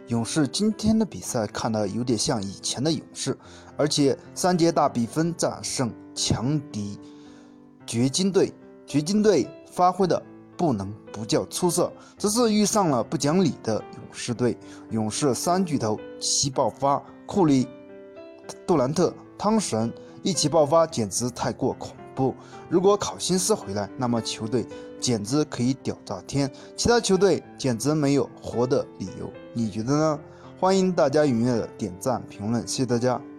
勇士今天的比赛看得有点像以前的勇士，而且3节大比分战胜强敌掘金队。掘金队发挥的不能不叫出色，只是遇上了不讲理的勇士队。勇士3巨头齐爆发，库里、杜兰特、汤神一起爆发，简直太过恐怖。如果考辛斯回来，那么球队简直可以屌炸天，其他球队简直没有活的理由。你觉得呢？欢迎大家踊跃的点赞评论，谢谢大家。